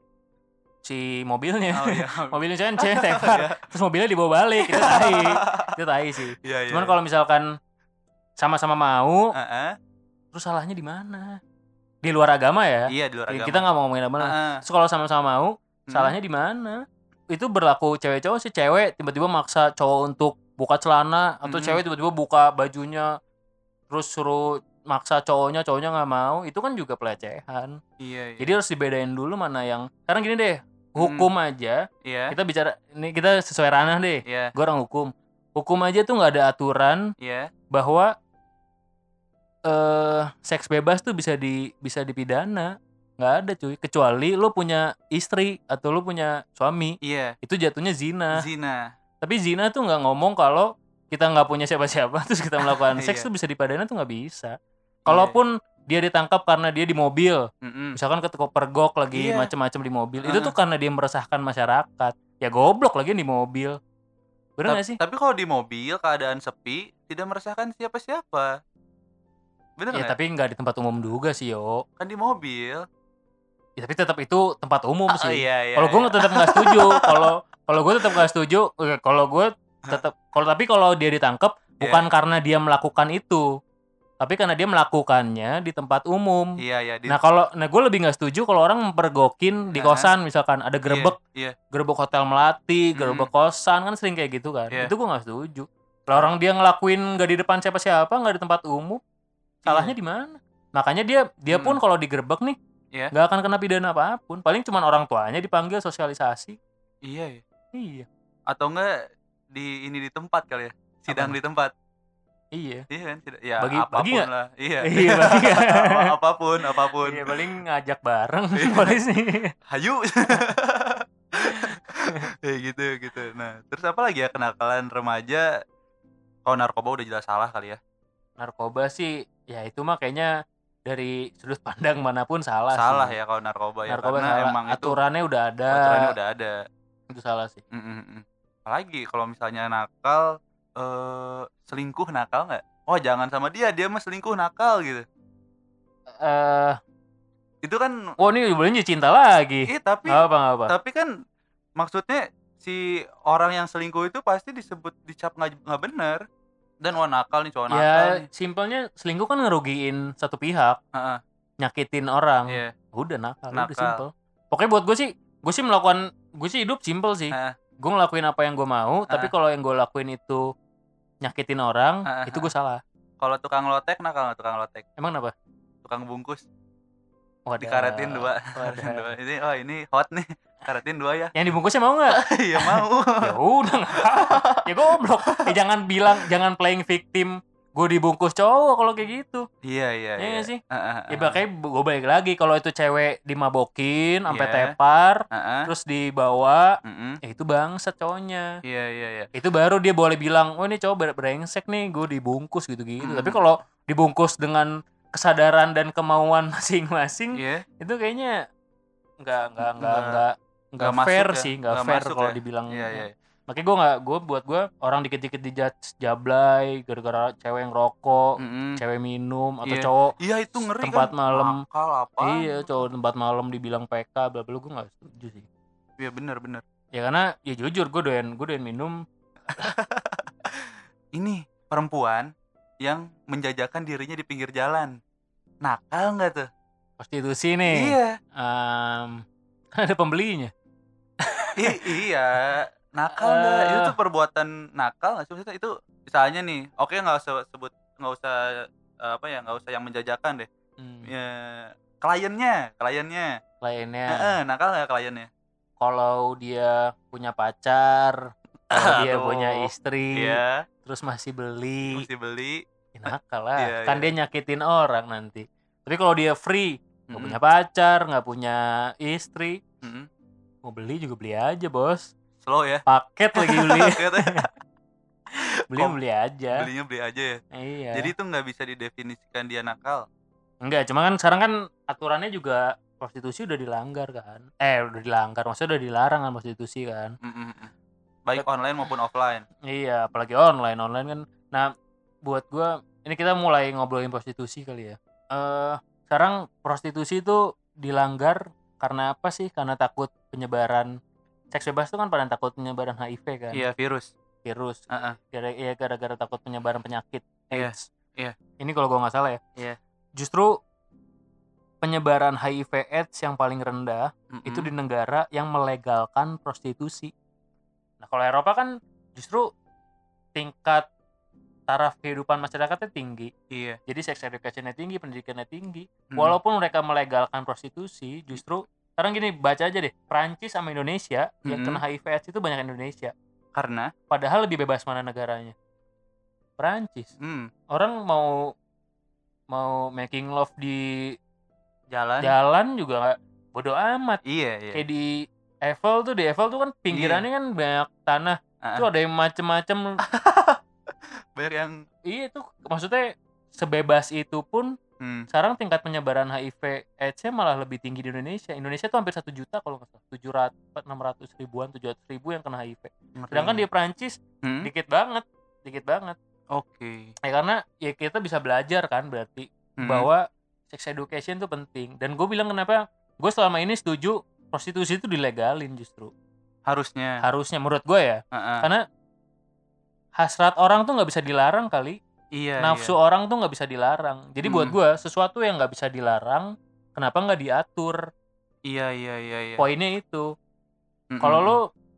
Speaker 2: si mobilnya,
Speaker 1: Oh iya.
Speaker 2: mobilnya saya cewek tepar, terus mobilnya dibawa balik, itu tai, itu tai sih.
Speaker 1: Iya iya.
Speaker 2: Cuman kalau misalkan sama-sama mau,
Speaker 1: Uh-uh.
Speaker 2: terus salahnya di mana? Di luar agama ya?
Speaker 1: Iya di luar agama.
Speaker 2: Kita nggak mau ngomongin agama.
Speaker 1: Uh-uh.
Speaker 2: Terus kalau sama-sama mau,
Speaker 1: Hmm.
Speaker 2: salahnya di mana? Itu berlaku cewek cowok sih. Cewek tiba-tiba maksa cowok untuk buka celana, atau
Speaker 1: Mm-mm.
Speaker 2: cewek tiba-tiba buka bajunya, terus suruh maksa cowoknya, cowoknya nggak mau, itu kan juga pelecehan.
Speaker 1: Iya iya.
Speaker 2: Jadi harus dibedain dulu mana yang. Sekarang gini deh, hukum aja.
Speaker 1: Iya.
Speaker 2: Kita bicara, ini kita sesuai ranah deh.
Speaker 1: Iya.
Speaker 2: Gue orang hukum. Hukum aja tuh nggak ada aturan
Speaker 1: Iya.
Speaker 2: bahwa eh seks bebas tuh bisa di bisa dipidana. Nggak ada cuy, kecuali lo punya istri atau lo punya suami,
Speaker 1: Iya.
Speaker 2: itu jatuhnya zina.
Speaker 1: Zina.
Speaker 2: Tapi zina tuh nggak ngomong kalau kita nggak punya siapa-siapa terus kita melakukan seks
Speaker 1: Iya.
Speaker 2: tuh bisa dipidana tuh nggak bisa. Kalaupun dia ditangkap karena dia di mobil,
Speaker 1: Mm-mm.
Speaker 2: misalkan ketika pergok lagi
Speaker 1: Iya.
Speaker 2: macem-macem di mobil, itu
Speaker 1: Uh-uh.
Speaker 2: tuh karena dia meresahkan masyarakat. Ya goblok lagi di mobil. Bener
Speaker 1: Ta-
Speaker 2: nggak sih?
Speaker 1: Tapi kalau di mobil keadaan sepi tidak meresahkan siapa-siapa. Bener
Speaker 2: Ya
Speaker 1: nggak?
Speaker 2: tapi nggak di tempat umum juga sih yo.
Speaker 1: Kan di mobil.
Speaker 2: Ya tapi tetap itu tempat umum
Speaker 1: Ah,
Speaker 2: sih.
Speaker 1: iya, iya,
Speaker 2: Kalau gue
Speaker 1: iya.
Speaker 2: tetap nggak setuju. Kalau kalau gue tetap nggak setuju. Oke, kalau gue tetap. Kalau tapi kalau dia ditangkap
Speaker 1: Iya.
Speaker 2: bukan karena dia melakukan itu, tapi karena dia melakukannya di tempat umum.
Speaker 1: Iya iya. Di...
Speaker 2: Nah kalau, nah gue lebih nggak setuju kalau orang mempergokin di
Speaker 1: Heeh.
Speaker 2: kosan, misalkan ada gerbek,
Speaker 1: Iya.
Speaker 2: gerbek hotel melati,
Speaker 1: Mm.
Speaker 2: gerbek kosan, kan sering kayak gitu kan.
Speaker 1: Iya.
Speaker 2: Itu gue nggak setuju. Kalau orang dia ngelakuin nggak di depan siapa-siapa, nggak di tempat umum, salahnya
Speaker 1: Iya.
Speaker 2: di mana? Makanya dia dia pun
Speaker 1: Mm.
Speaker 2: kalau digerebek nih
Speaker 1: Iya.
Speaker 2: nggak akan kena pidana apapun. Paling cuma orang tuanya dipanggil sosialisasi.
Speaker 1: Iya. Iya.
Speaker 2: Iya.
Speaker 1: Atau enggak di ini di tempat kali ya? Sidang
Speaker 2: Apa?
Speaker 1: di tempat.
Speaker 2: Iya.
Speaker 1: Iya kan? Tidak. Ya
Speaker 2: Bagi-
Speaker 1: apapun
Speaker 2: bagi nggak?
Speaker 1: lah. Iya.
Speaker 2: Iya, bagi nggak?
Speaker 1: apapun, apapun.
Speaker 2: Iya paling ngajak bareng
Speaker 1: Iya.
Speaker 2: polisi.
Speaker 1: Hayu. Kayak gitu gitu. Nah, terus apa lagi ya kenakalan remaja? Kalau narkoba udah jelas salah kali ya.
Speaker 2: Narkoba sih ya itu mah kayaknya dari sudut pandang manapun salah,
Speaker 1: Salah
Speaker 2: sih.
Speaker 1: ya kalau narkoba ya
Speaker 2: Narkoba
Speaker 1: karena
Speaker 2: salah.
Speaker 1: emang itu
Speaker 2: Aturannya udah ada.
Speaker 1: aturannya udah ada.
Speaker 2: Itu salah sih.
Speaker 1: Mm-mm-mm. Apalagi kalau misalnya nakal eh selingkuh nakal nggak? Oh jangan sama dia, dia mah selingkuh nakal gitu.
Speaker 2: Eh,
Speaker 1: Itu kan
Speaker 2: oh ini boleh cinta lagi.
Speaker 1: iya tapi
Speaker 2: Nggak apa nggak apa.
Speaker 1: tapi kan maksudnya si orang yang selingkuh itu pasti disebut dicap nggak nggak bener dan wah nakal nih, cowok nakal
Speaker 2: Ya
Speaker 1: nih.
Speaker 2: simpelnya selingkuh kan ngerugiin satu pihak,
Speaker 1: Heeh.
Speaker 2: nyakitin orang,
Speaker 1: Iya.
Speaker 2: udah nakal, udah
Speaker 1: Nakal.
Speaker 2: simpel. Pokoknya buat gue sih, gue sih melakukan, gue sih hidup simpel sih.
Speaker 1: Heeh.
Speaker 2: Gue ngelakuin apa yang gue mau, tapi
Speaker 1: Heeh.
Speaker 2: kalau yang gue lakuin itu nyakitin orang,
Speaker 1: Heeh,
Speaker 2: itu
Speaker 1: heeh.
Speaker 2: gue salah.
Speaker 1: Kalau tukang lotek nakal nggak tukang lotek?
Speaker 2: Emang kenapa?
Speaker 1: Tukang bungkus.
Speaker 2: Wadah.
Speaker 1: Dikaretin dua.
Speaker 2: Wadah.
Speaker 1: dua. Ini oh ini hot nih. Karetin dua ya.
Speaker 2: Yang dibungkusnya mau nggak?
Speaker 1: Iya mau.
Speaker 2: Ya udah nggak apa-apa. Ya goblok. Ya jangan bilang, jangan playing victim. Gue dibungkus cowok kalau kayak gitu.
Speaker 1: Iya iya
Speaker 2: Ya
Speaker 1: iya.
Speaker 2: nggak sih?
Speaker 1: Heeh,
Speaker 2: Ya
Speaker 1: heeh.
Speaker 2: makanya gue balik lagi, kalau itu cewek dimabokin sampai
Speaker 1: Iya.
Speaker 2: tepar,
Speaker 1: Heeh.
Speaker 2: terus dibawa,
Speaker 1: Mm-mm.
Speaker 2: ya itu bangsat cowoknya.
Speaker 1: Iya iya iya.
Speaker 2: Itu baru dia boleh bilang, oh ini cowok ber- brengsek nih, gue dibungkus gitu-gitu.
Speaker 1: Mm.
Speaker 2: Tapi kalau dibungkus dengan kesadaran dan kemauan masing-masing,
Speaker 1: Iya.
Speaker 2: itu kayaknya nggak nggak nggak
Speaker 1: Nggak-
Speaker 2: nggak nggak
Speaker 1: nggak
Speaker 2: fair
Speaker 1: masuk ya.
Speaker 2: sih, nggak
Speaker 1: Nggak
Speaker 2: fair
Speaker 1: masuk
Speaker 2: kalau
Speaker 1: ya.
Speaker 2: dibilang.
Speaker 1: Iya iya.
Speaker 2: Makanya gue nggak, gue buat gue orang dikit-dikit dijudge jablay gara-gara cewek yang rokok,
Speaker 1: Mm-mm.
Speaker 2: cewek minum, atau
Speaker 1: Iya.
Speaker 2: cowok
Speaker 1: Iya itu ngeri
Speaker 2: tempat
Speaker 1: kan.
Speaker 2: malam.
Speaker 1: Nakal apa?
Speaker 2: Iya, cowok tempat malam dibilang P K bla bla, gue nggak setuju sih.
Speaker 1: Iya benar benar.
Speaker 2: Ya karena ya jujur gue doyan gue doyan minum.
Speaker 1: Ini perempuan yang menjajakan dirinya di pinggir jalan. Nakal nggak tuh?
Speaker 2: Prostitusi nih.
Speaker 1: Iya.
Speaker 2: Um, ada pembelinya.
Speaker 1: I- iya. Nakal nggak?
Speaker 2: Eh.
Speaker 1: Itu tuh perbuatan nakal nggak sih? Maksudnya itu misalnya nih, oke nggak usah sebut, nggak usah eh, apa ya, nggak usah yang menjajakan deh.
Speaker 2: Hmm,
Speaker 1: Ya, kliennya, kliennya.
Speaker 2: Kliennya.
Speaker 1: Heeh, nakal nggak kliennya?
Speaker 2: Kalau dia punya pacar, kalau dia
Speaker 1: Aduh.
Speaker 2: punya istri,
Speaker 1: Iya,
Speaker 2: terus masih beli,
Speaker 1: mesti beli.
Speaker 2: ya nakal lah.
Speaker 1: Iya,
Speaker 2: Kan
Speaker 1: iya.
Speaker 2: dia nyakitin orang nanti. Tapi kalau dia free, nggak
Speaker 1: Mm-mm.
Speaker 2: punya pacar, nggak punya istri,
Speaker 1: Mm-mm.
Speaker 2: mau beli juga beli aja bos.
Speaker 1: Slow ya.
Speaker 2: Paket lagi beli.
Speaker 1: Katanya,
Speaker 2: Beli
Speaker 1: Kom-
Speaker 2: beli aja.
Speaker 1: belinya beli aja ya.
Speaker 2: Iya.
Speaker 1: Jadi itu nggak bisa didefinisikan dia nakal.
Speaker 2: Enggak, cuma kan sekarang kan aturannya juga prostitusi udah dilanggar kan. Eh, udah dilanggar, maksudnya udah dilarang kan prostitusi kan.
Speaker 1: Mm-mm. Baik online maupun offline.
Speaker 2: Iya, apalagi online, online kan. Nah, buat gua ini kita mulai ngobrolin prostitusi kali ya. Eh, sekarang prostitusi itu dilanggar karena apa sih? Karena takut penyebaran seks bebas itu kan pada takut penyebaran H I V kan.
Speaker 1: Iya, virus.
Speaker 2: Virus.
Speaker 1: Heeh.
Speaker 2: Gara- iya, gara-gara takut penyebaran penyakit
Speaker 1: Iya,
Speaker 2: AIDS.
Speaker 1: iya.
Speaker 2: Ini kalau gua nggak salah ya.
Speaker 1: Iya.
Speaker 2: Justru penyebaran H I V AIDS yang paling rendah
Speaker 1: Mm-mm.
Speaker 2: itu di negara yang melegalkan prostitusi. Nah, kalau Eropa kan justru tingkat taraf kehidupan masyarakatnya tinggi.
Speaker 1: Iya.
Speaker 2: Jadi sex education-nya tinggi, pendidikannya tinggi.
Speaker 1: Mm.
Speaker 2: Walaupun mereka melegalkan prostitusi, justru sekarang gini, baca aja deh. Prancis sama Indonesia yang
Speaker 1: Mm-mm.
Speaker 2: kena H I V AIDS itu banyak Indonesia.
Speaker 1: Karena
Speaker 2: Padahal lebih bebas mana negaranya? Prancis.
Speaker 1: hmm,
Speaker 2: Orang mau mau making love di
Speaker 1: jalan.
Speaker 2: jalan juga nggak, bodo amat.
Speaker 1: Iya, iya.
Speaker 2: Kayak di Eiffel tuh, di Eiffel tuh kan pinggirannya kan banyak tanah.
Speaker 1: Ah,
Speaker 2: Tuh ada yang macem-macem.
Speaker 1: banyak yang
Speaker 2: Iya tuh, maksudnya sebebas itu pun
Speaker 1: hmm,
Speaker 2: sekarang tingkat penyebaran H I V AIDS-nya malah lebih tinggi di Indonesia. Indonesia tuh hampir satu juta kalau nggak salah. tujuh ratus, enam ratus ribuan, tujuh ratus ribu yang kena H I V.
Speaker 1: ngeri.
Speaker 2: Sedangkan di Prancis
Speaker 1: Hmm?
Speaker 2: dikit banget, dikit banget.
Speaker 1: Oke.
Speaker 2: Ya karena ya kita bisa belajar kan berarti
Speaker 1: Hmm.
Speaker 2: bahwa sex education itu penting. Dan gue bilang kenapa gue selama ini setuju prostitusi itu dilegalin justru.
Speaker 1: harusnya.
Speaker 2: Harusnya menurut gue ya.
Speaker 1: Heeh.
Speaker 2: Karena hasrat orang tuh nggak bisa dilarang kali.
Speaker 1: Iya,
Speaker 2: Nafsu
Speaker 1: iya.
Speaker 2: orang tuh nggak bisa dilarang. Jadi buat
Speaker 1: Mm.
Speaker 2: gue sesuatu yang nggak bisa dilarang, kenapa nggak diatur?
Speaker 1: Iya, iya, iya, iya.
Speaker 2: Poinnya itu.
Speaker 1: Mm-mm.
Speaker 2: Kalau lo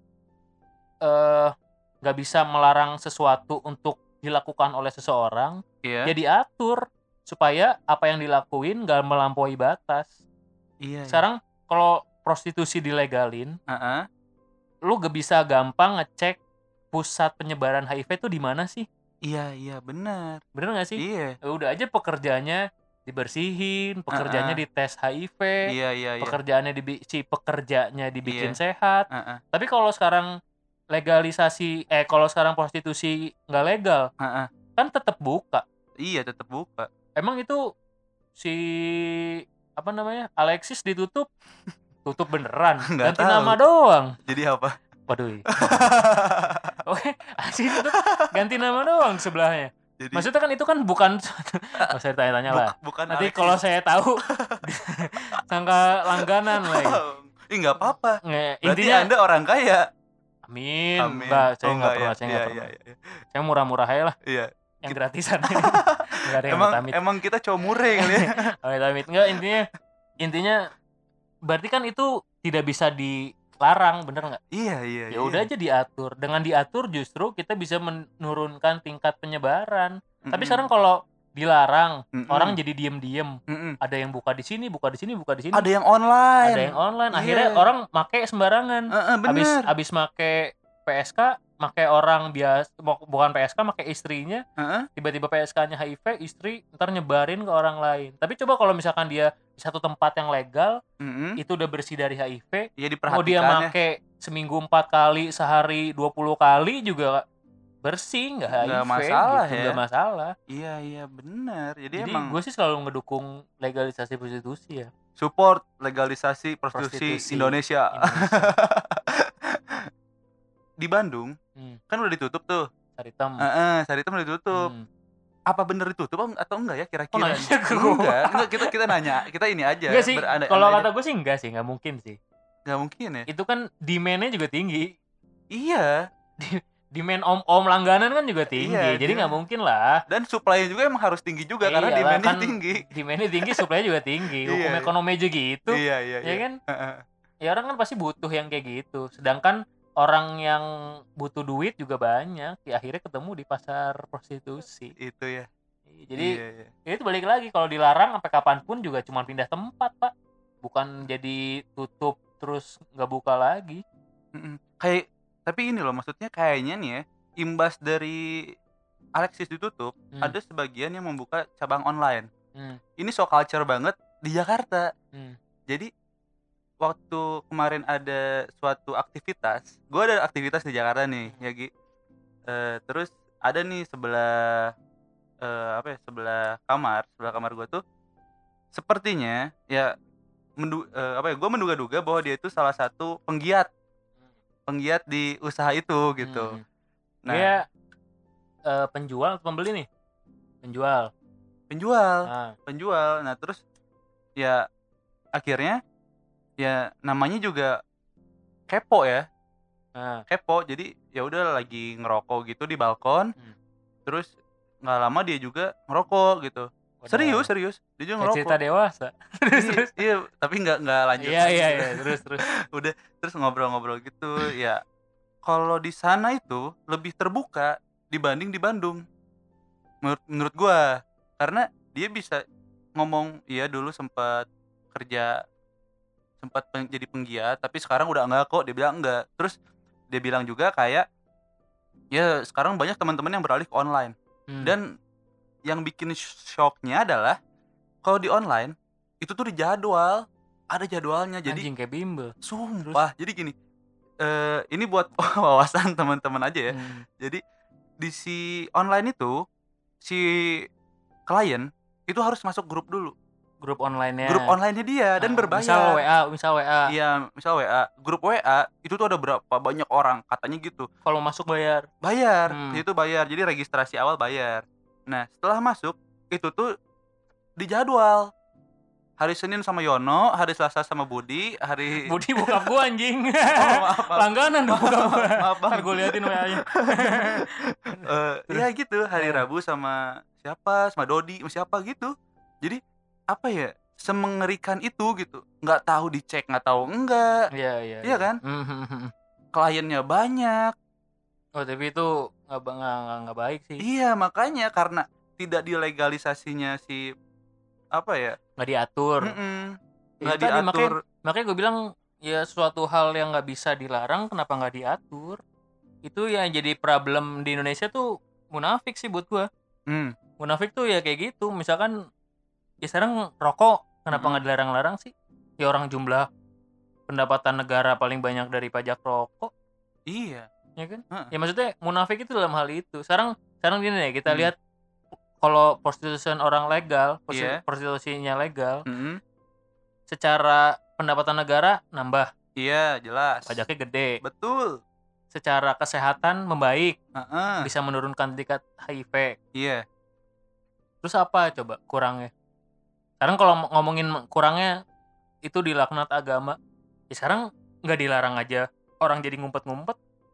Speaker 2: eh nggak bisa melarang sesuatu untuk dilakukan oleh seseorang,
Speaker 1: iya.
Speaker 2: ya diatur supaya apa yang dilakuin nggak melampaui batas.
Speaker 1: Iya.
Speaker 2: Sekarang kalau prostitusi dilegalin,
Speaker 1: Heeh.
Speaker 2: lu gak bisa gampang ngecek pusat penyebaran H I V itu di mana sih?
Speaker 1: Iya, iya, benar.
Speaker 2: Bener nggak sih?
Speaker 1: Iya.
Speaker 2: Ya udah aja pekerjaannya dibersihin, pekerjaannya
Speaker 1: Uh-uh.
Speaker 2: dites H I V,
Speaker 1: Iya, iya, iya.
Speaker 2: pekerjaannya dibi- si pekerjanya dibikin
Speaker 1: Iya.
Speaker 2: sehat.
Speaker 1: Heeh.
Speaker 2: Tapi kalau sekarang legalisasi, eh kalau sekarang prostitusi nggak legal,
Speaker 1: Heeh.
Speaker 2: kan tetap buka.
Speaker 1: Iya, tetap buka.
Speaker 2: Emang itu si apa namanya Alexis ditutup, tutup beneran,
Speaker 1: Nggak
Speaker 2: ganti
Speaker 1: tahu.
Speaker 2: nama doang.
Speaker 1: Jadi apa?
Speaker 2: Waduh. Oke, asli tutup ganti nama doang sebelahnya.
Speaker 1: Jadi
Speaker 2: Maksudnya kan itu kan bukan oh, saya tanya-tanya lah.
Speaker 1: buk- bukan
Speaker 2: Nanti
Speaker 1: Alexis.
Speaker 2: kalau saya tahu sangka langganan lagi.
Speaker 1: Ih, nggak apa-apa.
Speaker 2: Nge,
Speaker 1: Berarti
Speaker 2: intinya
Speaker 1: Anda orang kaya.
Speaker 2: Amin.
Speaker 1: Amin.
Speaker 2: Enggak, saya
Speaker 1: Oh,
Speaker 2: enggak
Speaker 1: enggak
Speaker 2: pernah,
Speaker 1: ya?
Speaker 2: saya
Speaker 1: Iya
Speaker 2: enggak
Speaker 1: iya
Speaker 2: pernah.
Speaker 1: iya.
Speaker 2: Saya murah-murah aja lah,
Speaker 1: Iya.
Speaker 2: yang
Speaker 1: Kit
Speaker 2: gratisan. Enggak ada yang
Speaker 1: Emang
Speaker 2: amit-amit.
Speaker 1: emang kita cowok mure kali ya.
Speaker 2: Amit-amit. Enggak, intinya intinya berarti kan itu tidak bisa dilarang, bener nggak?
Speaker 1: Iya iya
Speaker 2: Ya
Speaker 1: iya.
Speaker 2: udah aja diatur. Dengan diatur justru kita bisa menurunkan tingkat penyebaran. Tapi sekarang
Speaker 1: Mhm.
Speaker 2: kalau dilarang, orang
Speaker 1: Mhm.
Speaker 2: jadi diem-diem.
Speaker 1: Mhm.
Speaker 2: Ada yang buka di sini, buka di sini, buka di sini.
Speaker 1: Ada yang
Speaker 2: Ada
Speaker 1: online.
Speaker 2: yang online. Akhirnya
Speaker 1: Iya.
Speaker 2: orang make sembarangan.
Speaker 1: Heeh,
Speaker 2: Abis
Speaker 1: bener.
Speaker 2: abis make P S K, make orang biasa, bukan P S K, make istrinya.
Speaker 1: Heeh.
Speaker 2: Tiba-tiba P S K-nya H I V, istri ntar nyebarin ke orang lain. Tapi coba kalau misalkan dia di satu tempat yang legal,
Speaker 1: Mhm.
Speaker 2: itu udah bersih dari H I V,
Speaker 1: Iya,
Speaker 2: mau dia
Speaker 1: diperhatikan ya.
Speaker 2: make seminggu empat kali, sehari dua puluh kali juga bersih, nggak H I V
Speaker 1: Nggak masalah
Speaker 2: gitu,
Speaker 1: ya.
Speaker 2: nggak masalah.
Speaker 1: Iya iya, bener. Jadi,
Speaker 2: Jadi
Speaker 1: emang
Speaker 2: gue sih selalu ngedukung legalisasi prostitusi ya.
Speaker 1: support legalisasi prostitusi
Speaker 2: Prostitusi
Speaker 1: Indonesia.
Speaker 2: Indonesia.
Speaker 1: Di Bandung,
Speaker 2: Hmm.
Speaker 1: kan udah ditutup tuh.
Speaker 2: Saritem.
Speaker 1: Heeh, Saritem udah ditutup.
Speaker 2: Hmm.
Speaker 1: Apa bener ditutup atau enggak ya
Speaker 2: Oh,
Speaker 1: kira-kira?
Speaker 2: nanya ke gua.
Speaker 1: Enggak, enggak kita kita nanya, kita ini aja.
Speaker 2: Enggak sih,
Speaker 1: berandai-
Speaker 2: kalau
Speaker 1: andai
Speaker 2: kata
Speaker 1: aja.
Speaker 2: gue sih enggak sih, nggak mungkin sih.
Speaker 1: Nggak mungkin ya?
Speaker 2: Itu kan demand-nya juga tinggi.
Speaker 1: Iya.
Speaker 2: Demand om-om langganan kan juga tinggi,
Speaker 1: Iya,
Speaker 2: jadi
Speaker 1: dia-
Speaker 2: nggak mungkin lah.
Speaker 1: Dan supply-nya juga emang harus tinggi juga karena
Speaker 2: Iyalah,
Speaker 1: demand-nya
Speaker 2: kan
Speaker 1: tinggi.
Speaker 2: Demand-nya tinggi, supply-nya juga tinggi.
Speaker 1: Iya,
Speaker 2: Hukum
Speaker 1: iya.
Speaker 2: ekonomi aja gitu.
Speaker 1: Iya iya
Speaker 2: Ya
Speaker 1: iya.
Speaker 2: kan?
Speaker 1: Heeh.
Speaker 2: Ya orang kan pasti butuh yang kayak gitu. Sedangkan orang yang butuh duit juga banyak. Ya akhirnya ketemu di pasar prostitusi.
Speaker 1: Itu ya.
Speaker 2: Jadi
Speaker 1: Iya, iya.
Speaker 2: ya itu balik lagi, kalau dilarang sampai kapanpun juga cuma pindah tempat, Pak. Bukan jadi tutup terus nggak buka lagi.
Speaker 1: Mm-mm. Kayak tapi ini loh, maksudnya kayaknya nih ya, imbas dari Alexis ditutup,
Speaker 2: Hmm.
Speaker 1: ada sebagian yang membuka cabang online.
Speaker 2: Hmm.
Speaker 1: Ini so culture banget di Jakarta.
Speaker 2: Hmm.
Speaker 1: Jadi waktu kemarin ada suatu aktivitas, gue ada aktivitas di Jakarta nih,
Speaker 2: Hmm.
Speaker 1: ya Gi. Eh, terus ada nih sebelah eh, apa ya, sebelah kamar, sebelah kamar gue tuh, sepertinya ya mendu eh, apa ya, gue menduga-duga bahwa dia itu salah satu penggiat penggiat di usaha itu gitu.
Speaker 2: Hmm.
Speaker 1: Nah,
Speaker 2: Dia eh, penjual atau pembeli nih? Penjual.
Speaker 1: penjual,
Speaker 2: Nah,
Speaker 1: penjual. Nah, terus ya akhirnya ya namanya juga kepo ya,
Speaker 2: nah.
Speaker 1: kepo. Jadi ya udah lagi ngerokok gitu di balkon.
Speaker 2: Hmm.
Speaker 1: Terus nggak lama dia juga ngerokok gitu.
Speaker 2: Wadah.
Speaker 1: Serius, serius. Dia juga
Speaker 2: Kayak cerita
Speaker 1: ngerokok.
Speaker 2: dewasa. Terus,
Speaker 1: Iya,
Speaker 2: terus.
Speaker 1: iya, tapi nggak nggak lanjut.
Speaker 2: Iya,
Speaker 1: lagi
Speaker 2: iya,
Speaker 1: gitu.
Speaker 2: iya, terus, terus.
Speaker 1: Udah terus ngobrol-ngobrol gitu ya. Kalau di sana itu lebih terbuka dibanding di Bandung. Menurut menurut gua. Karena dia bisa ngomong, iya dulu sempat kerja, sempat peng- jadi penggiat, tapi sekarang udah enggak kok. Dia bilang enggak. Terus dia bilang juga kayak ya sekarang banyak teman-teman yang beralih ke online.
Speaker 2: Hmm.
Speaker 1: Dan yang bikin shocknya adalah kalau di online itu tuh dijadwal, ada jadwalnya. Jadi
Speaker 2: anjing kayak bimbel.
Speaker 1: sumpah. Jadi gini, eh ini buat wawasan teman-teman aja ya.
Speaker 2: Hmm.
Speaker 1: Jadi di si online itu si klien itu harus masuk grup dulu.
Speaker 2: Grup online-nya.
Speaker 1: Grup online-nya dia dan
Speaker 2: Ah,
Speaker 1: berbayar.
Speaker 2: Misal W A, misal W A.
Speaker 1: Iya, misal W A. Grup W A itu tuh ada berapa banyak orang katanya gitu.
Speaker 2: Kalau masuk bayar.
Speaker 1: Bayar,
Speaker 2: Hmm.
Speaker 1: itu bayar. Jadi registrasi awal bayar. Nah, setelah masuk itu tuh dijadwal. Hari Senin sama Yono, hari Selasa sama Budi, hari
Speaker 2: Budi bokap gua anjing.
Speaker 1: Oh, maaf, maaf.
Speaker 2: Langganan dong bokap gua.
Speaker 1: Maaf, Bang.
Speaker 2: Ntar gua liatin W A-nya.
Speaker 1: Eh, ya gitu, hari
Speaker 2: Eh.
Speaker 1: Rabu sama siapa, sama Dodi, sama siapa gitu. Jadi apa ya, semengerikan itu gitu. Nggak tahu dicek, nggak tahu enggak.
Speaker 2: Iya, iya.
Speaker 1: Iya kan?
Speaker 2: Mhm.
Speaker 1: Kliennya banyak.
Speaker 2: Oh, tapi itu nggak ba- nggak nggak- nggak baik sih.
Speaker 1: Iya, makanya karena tidak dilegalisasinya si apa ya?
Speaker 2: Nggak diatur.
Speaker 1: Mm-mm.
Speaker 2: Ya
Speaker 1: Nggak
Speaker 2: itu tadi, makanya
Speaker 1: diatur.
Speaker 2: makanya gue bilang ya suatu hal yang nggak bisa dilarang kenapa nggak diatur. Itu yang jadi problem di Indonesia tuh munafik sih buat gua.
Speaker 1: Hmm.
Speaker 2: Munafik tuh ya kayak gitu. Misalkan ya sekarang rokok kenapa nggak
Speaker 1: Mm-mm.
Speaker 2: dilarang-larang sih? Ya orang jumlah pendapatan negara paling banyak dari pajak rokok,
Speaker 1: Iya.
Speaker 2: ya kan?
Speaker 1: Heeh.
Speaker 2: Ya maksudnya munafik itu dalam hal itu. Sekarang sekarang gini nih, kita
Speaker 1: Hmm.
Speaker 2: lihat kalau prostitusi orang legal, prosti-
Speaker 1: Iya.
Speaker 2: prostitusinya legal,
Speaker 1: Mm-mm.
Speaker 2: secara pendapatan negara nambah,
Speaker 1: Iya, jelas.
Speaker 2: pajaknya gede.
Speaker 1: Betul.
Speaker 2: Secara kesehatan membaik,
Speaker 1: Heeh.
Speaker 2: bisa menurunkan tingkat H I V.
Speaker 1: Iya.
Speaker 2: Terus apa coba kurangnya? Sekarang kalau m- ngomongin kurangnya itu dilaknat agama. Ya sekarang nggak dilarang aja orang jadi ngumpet-ngumpet.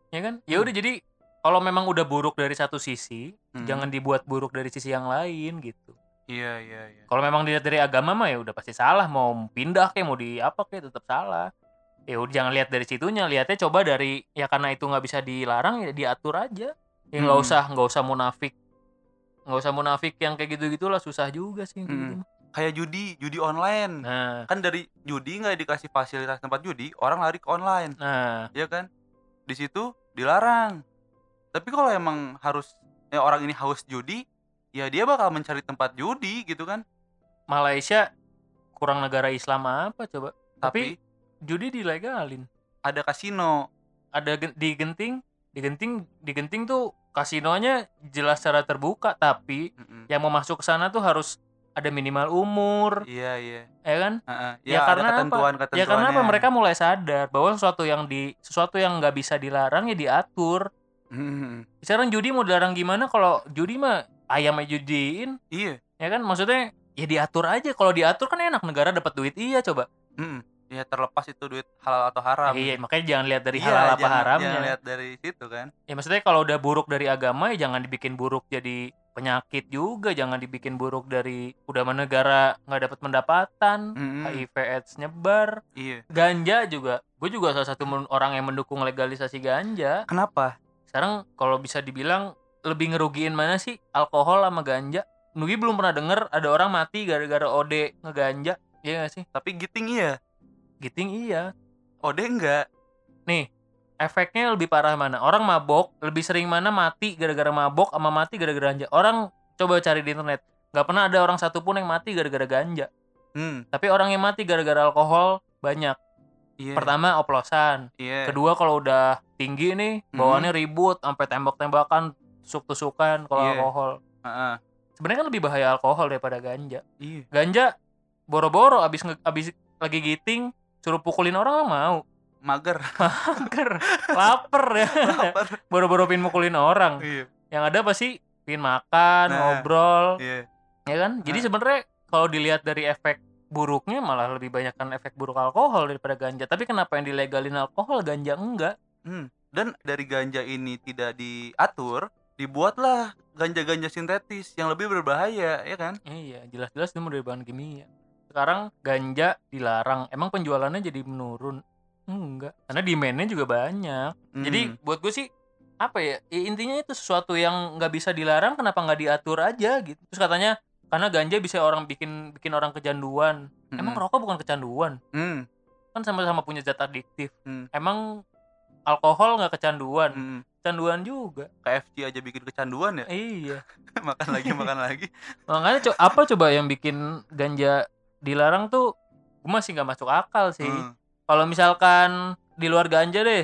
Speaker 2: Ya kan? Ya
Speaker 1: Hmm.
Speaker 2: udah, jadi kalau memang udah buruk dari satu sisi,
Speaker 1: Hmm.
Speaker 2: jangan dibuat buruk dari sisi yang lain gitu.
Speaker 1: Iya, iya, iya.
Speaker 2: Kalau memang dilihat dari agama mah ya udah pasti salah, mau pindah kayak mau di apa kayak tetap salah. Ya udah, jangan lihat dari situnya, lihatnya coba dari ya karena itu nggak bisa dilarang ya diatur aja. Ya nggak
Speaker 1: Mm-mm.
Speaker 2: usah nggak usah munafik. Nggak usah munafik yang kayak gitu-gitulah, susah juga sih yang kayak gitu
Speaker 1: Mm-mm.
Speaker 2: mah.
Speaker 1: Kayak judi, judi online.
Speaker 2: Nah,
Speaker 1: Kan dari judi nggak dikasih fasilitas tempat judi, orang lari ke online,
Speaker 2: nah
Speaker 1: ya kan? Di situ dilarang. Tapi kalau emang harus ya orang ini haus judi, ya dia bakal mencari tempat judi gitu kan.
Speaker 2: Malaysia kurang negara Islam apa coba? Tapi
Speaker 1: Tapi
Speaker 2: judi dilegalin.
Speaker 1: ada kasino.
Speaker 2: Ada gen- di Genting, di Genting, di Genting tuh kasinonya jelas secara terbuka, tapi
Speaker 1: Mm-mm.
Speaker 2: yang mau masuk ke sana tuh harus ada minimal umur,
Speaker 1: Iya, iya.
Speaker 2: ya kan?
Speaker 1: Heeh.
Speaker 2: Ya,
Speaker 1: Ya, ada
Speaker 2: karena apa? Ya karena apa?
Speaker 1: ketentuan-ketentuannya.
Speaker 2: Mereka mulai sadar bahwa sesuatu yang di sesuatu yang nggak bisa dilarang ya diatur.
Speaker 1: Mm-mm.
Speaker 2: Sekarang judi mau dilarang gimana? Kalau judi mah ayam aja judiin,
Speaker 1: Iya.
Speaker 2: ya kan? Maksudnya ya diatur aja. Kalau diatur kan enak, negara dapat duit, iya coba.
Speaker 1: Mm-mm. Ya terlepas itu duit halal atau haram.
Speaker 2: Eh, iya,
Speaker 1: gitu.
Speaker 2: makanya jangan lihat dari
Speaker 1: Iya,
Speaker 2: halal apa
Speaker 1: jangan,
Speaker 2: haramnya.
Speaker 1: jangan lihat dari situ kan.
Speaker 2: Ya maksudnya kalau udah buruk dari agama ya jangan dibikin buruk jadi penyakit juga, jangan dibikin buruk dari udah mana negara nggak dapat pendapatan,
Speaker 1: Mm-mm.
Speaker 2: H I V AIDS nyebar,
Speaker 1: Iya.
Speaker 2: ganja juga. Gue juga salah satu men- orang yang mendukung legalisasi ganja.
Speaker 1: Kenapa?
Speaker 2: Sekarang kalau bisa dibilang lebih ngerugiin mana sih, alkohol sama ganja? Nugi belum pernah denger ada orang mati gara-gara O D ngeganja, iya gak sih?
Speaker 1: Tapi giting iya.
Speaker 2: Giting iya.
Speaker 1: Ode enggak.
Speaker 2: Nih, efeknya lebih parah mana? Orang mabok, lebih sering mana mati gara-gara mabok sama mati gara-gara ganja? Orang coba cari di internet, nggak pernah ada orang satupun yang mati gara-gara ganja.
Speaker 1: Hmm.
Speaker 2: Tapi orang yang mati gara-gara alkohol banyak.
Speaker 1: Iya.
Speaker 2: Pertama oplosan.
Speaker 1: Iya.
Speaker 2: Kedua kalau udah tinggi nih, bawaannya ribut, sampai tembak-tembakan, tusuk-tusukan kalau
Speaker 1: Iya.
Speaker 2: alkohol.
Speaker 1: Heeh.
Speaker 2: Sebenarnya kan lebih bahaya alkohol daripada ganja.
Speaker 1: Iya.
Speaker 2: Ganja boro-boro abis nge- abis lagi giting suruh pukulin orang mah mau.
Speaker 1: Mager.
Speaker 2: Mager, lapar ya.
Speaker 1: Lapar.
Speaker 2: Boro-boro pin mukulin orang.
Speaker 1: Iya.
Speaker 2: Yang ada pasti pin makan,
Speaker 1: Nah,
Speaker 2: ngobrol,
Speaker 1: Iya.
Speaker 2: ya kan? Jadi
Speaker 1: Nah.
Speaker 2: sebenarnya kalau dilihat dari efek buruknya malah lebih banyak kan efek buruk alkohol daripada ganja. Tapi kenapa yang dilegalin alkohol, ganja enggak?
Speaker 1: Hmm. Dan dari ganja ini tidak diatur, dibuatlah ganja-ganja sintetis yang lebih berbahaya, ya kan?
Speaker 2: Iya, jelas-jelas itu dari bahan kimia. Sekarang ganja dilarang, emang penjualannya jadi menurun? Enggak, karena demand-nya juga banyak.
Speaker 1: Hmm.
Speaker 2: Jadi buat gue sih apa ya, ya intinya itu sesuatu yang nggak bisa dilarang, kenapa nggak diatur aja gitu. Terus katanya karena ganja bisa orang bikin bikin orang kecanduan.
Speaker 1: Mm-mm.
Speaker 2: Emang rokok bukan kecanduan?
Speaker 1: Hmm.
Speaker 2: Kan sama-sama punya zat adiktif.
Speaker 1: Hmm.
Speaker 2: Emang alkohol nggak kecanduan?
Speaker 1: Hmm.
Speaker 2: Kecanduan juga.
Speaker 1: K F C aja bikin kecanduan ya.
Speaker 2: Iya.
Speaker 1: Makan lagi, makan lagi.
Speaker 2: Makanya co- apa coba yang bikin ganja dilarang tuh? Gue masih nggak masuk akal sih.
Speaker 1: Hmm.
Speaker 2: Kalau misalkan di luar ganja deh,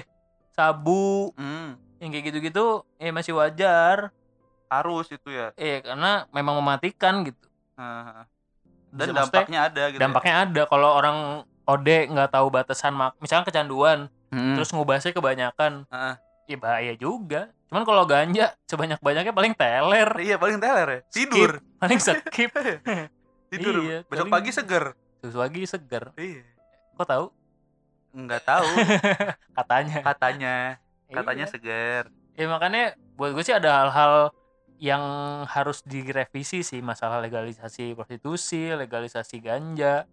Speaker 2: sabu,
Speaker 1: Hmm.
Speaker 2: yang kayak gitu-gitu, eh masih wajar.
Speaker 1: Harus itu ya.
Speaker 2: Eh karena memang mematikan gitu.
Speaker 1: Heeh.
Speaker 2: Bisa-
Speaker 1: Dan
Speaker 2: maksudnya
Speaker 1: dampaknya ada gitu.
Speaker 2: Dampaknya ada kalau orang O D nggak tahu batasan mak, misalnya kecanduan,
Speaker 1: ya. Hmm.
Speaker 2: terus ngubahnya kebanyakan,
Speaker 1: Heeh.
Speaker 2: ya bahaya juga. Cuman kalau ganja sebanyak-banyaknya paling teler,
Speaker 1: Iya, paling teler ya.
Speaker 2: Skip.
Speaker 1: Tidur.
Speaker 2: paling skip.
Speaker 1: Tidur.
Speaker 2: Iya,
Speaker 1: Besok
Speaker 2: paling-
Speaker 1: pagi seger.
Speaker 2: Terus lagi seger.
Speaker 1: Iya.
Speaker 2: Kok tahu?
Speaker 1: Enggak tahu.
Speaker 2: Katanya.
Speaker 1: Katanya. Katanya
Speaker 2: Iya.
Speaker 1: seger.
Speaker 2: Ya makanya buat gue sih ada hal-hal yang harus direvisi sih, masalah legalisasi prostitusi, legalisasi ganja.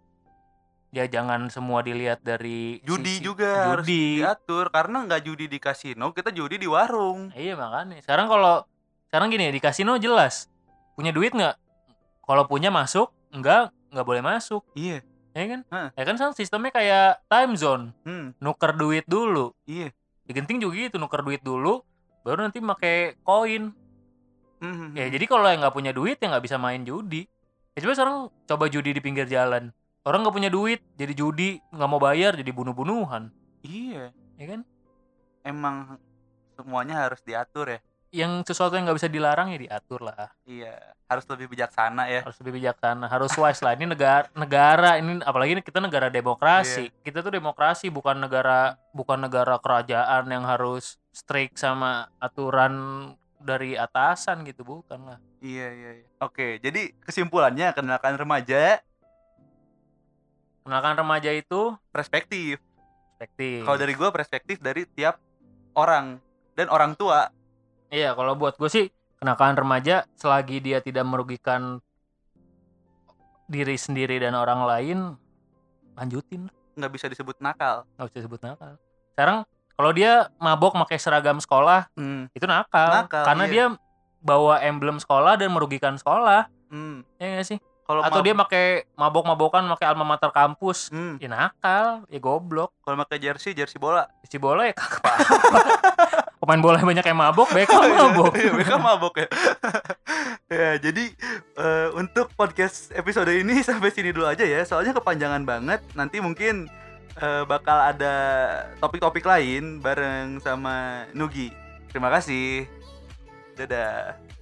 Speaker 2: Ya jangan semua dilihat dari
Speaker 1: Judi
Speaker 2: sisi-
Speaker 1: juga harus
Speaker 2: judi.
Speaker 1: diatur, karena nggak judi di kasino, kita judi di warung.
Speaker 2: Iya makanya. Sekarang kalau sekarang gini, di kasino jelas punya duit nggak? Kalau punya masuk, enggak nggak boleh masuk,
Speaker 1: Iya.
Speaker 2: ya kan?
Speaker 1: Heeh.
Speaker 2: Ya kan sekarang sistemnya kayak time zone,
Speaker 1: Hmm.
Speaker 2: nuker duit dulu.
Speaker 1: Iya.
Speaker 2: Di Genting juga gitu, nuker duit dulu, baru nanti pakai koin.
Speaker 1: Hmm.
Speaker 2: Ya jadi kalau yang nggak punya duit ya nggak bisa main judi. Ya coba sekarang coba judi di pinggir jalan. Orang nggak punya duit, jadi judi, nggak mau bayar, jadi bunuh-bunuhan,
Speaker 1: Iya.
Speaker 2: ya kan?
Speaker 1: Emang semuanya harus diatur ya.
Speaker 2: Yang sesuatu yang nggak bisa dilarang ya diatur lah.
Speaker 1: Iya. Harus lebih bijaksana ya.
Speaker 2: Harus lebih bijaksana, harus wise lah. Ini negara, negara ini apalagi kita negara demokrasi. Kita tuh demokrasi, bukan negara, bukan negara kerajaan yang harus strict sama aturan dari atasan gitu, bukan lah.
Speaker 1: Iya, iya, iya. Oke, jadi kesimpulannya kenakalan remaja
Speaker 2: Kenalkan remaja itu
Speaker 1: perspektif.
Speaker 2: perspektif.
Speaker 1: Kalau dari gua perspektif dari tiap orang dan orang tua.
Speaker 2: Iya, kalau buat gue sih kenakalan remaja selagi dia tidak merugikan diri sendiri dan orang lain, lanjutin.
Speaker 1: Nggak bisa disebut nakal.
Speaker 2: Nggak bisa disebut nakal. Sekarang kalau dia mabok pakai seragam sekolah, hmm. itu nakal. nakal Karena iya. dia bawa emblem sekolah dan merugikan sekolah. Hmm. Ya nggak sih? Kalo Atau mab- dia pakai mabok-mabokan pakai alma mater kampus, hmm. ya nakal, ya goblok.
Speaker 1: Kalau pakai jersey, jersey bola,
Speaker 2: jersey bola ya kagak apa-apa. Pemain bola banyak yang mabok, Beckham mabok.
Speaker 1: Iya, Beckham mabok ya. Ya, jadi uh, untuk podcast episode ini sampai sini dulu aja ya. Soalnya kepanjangan banget. Nanti mungkin uh, bakal ada topik-topik lain bareng sama Nugi. Terima kasih. Dadah.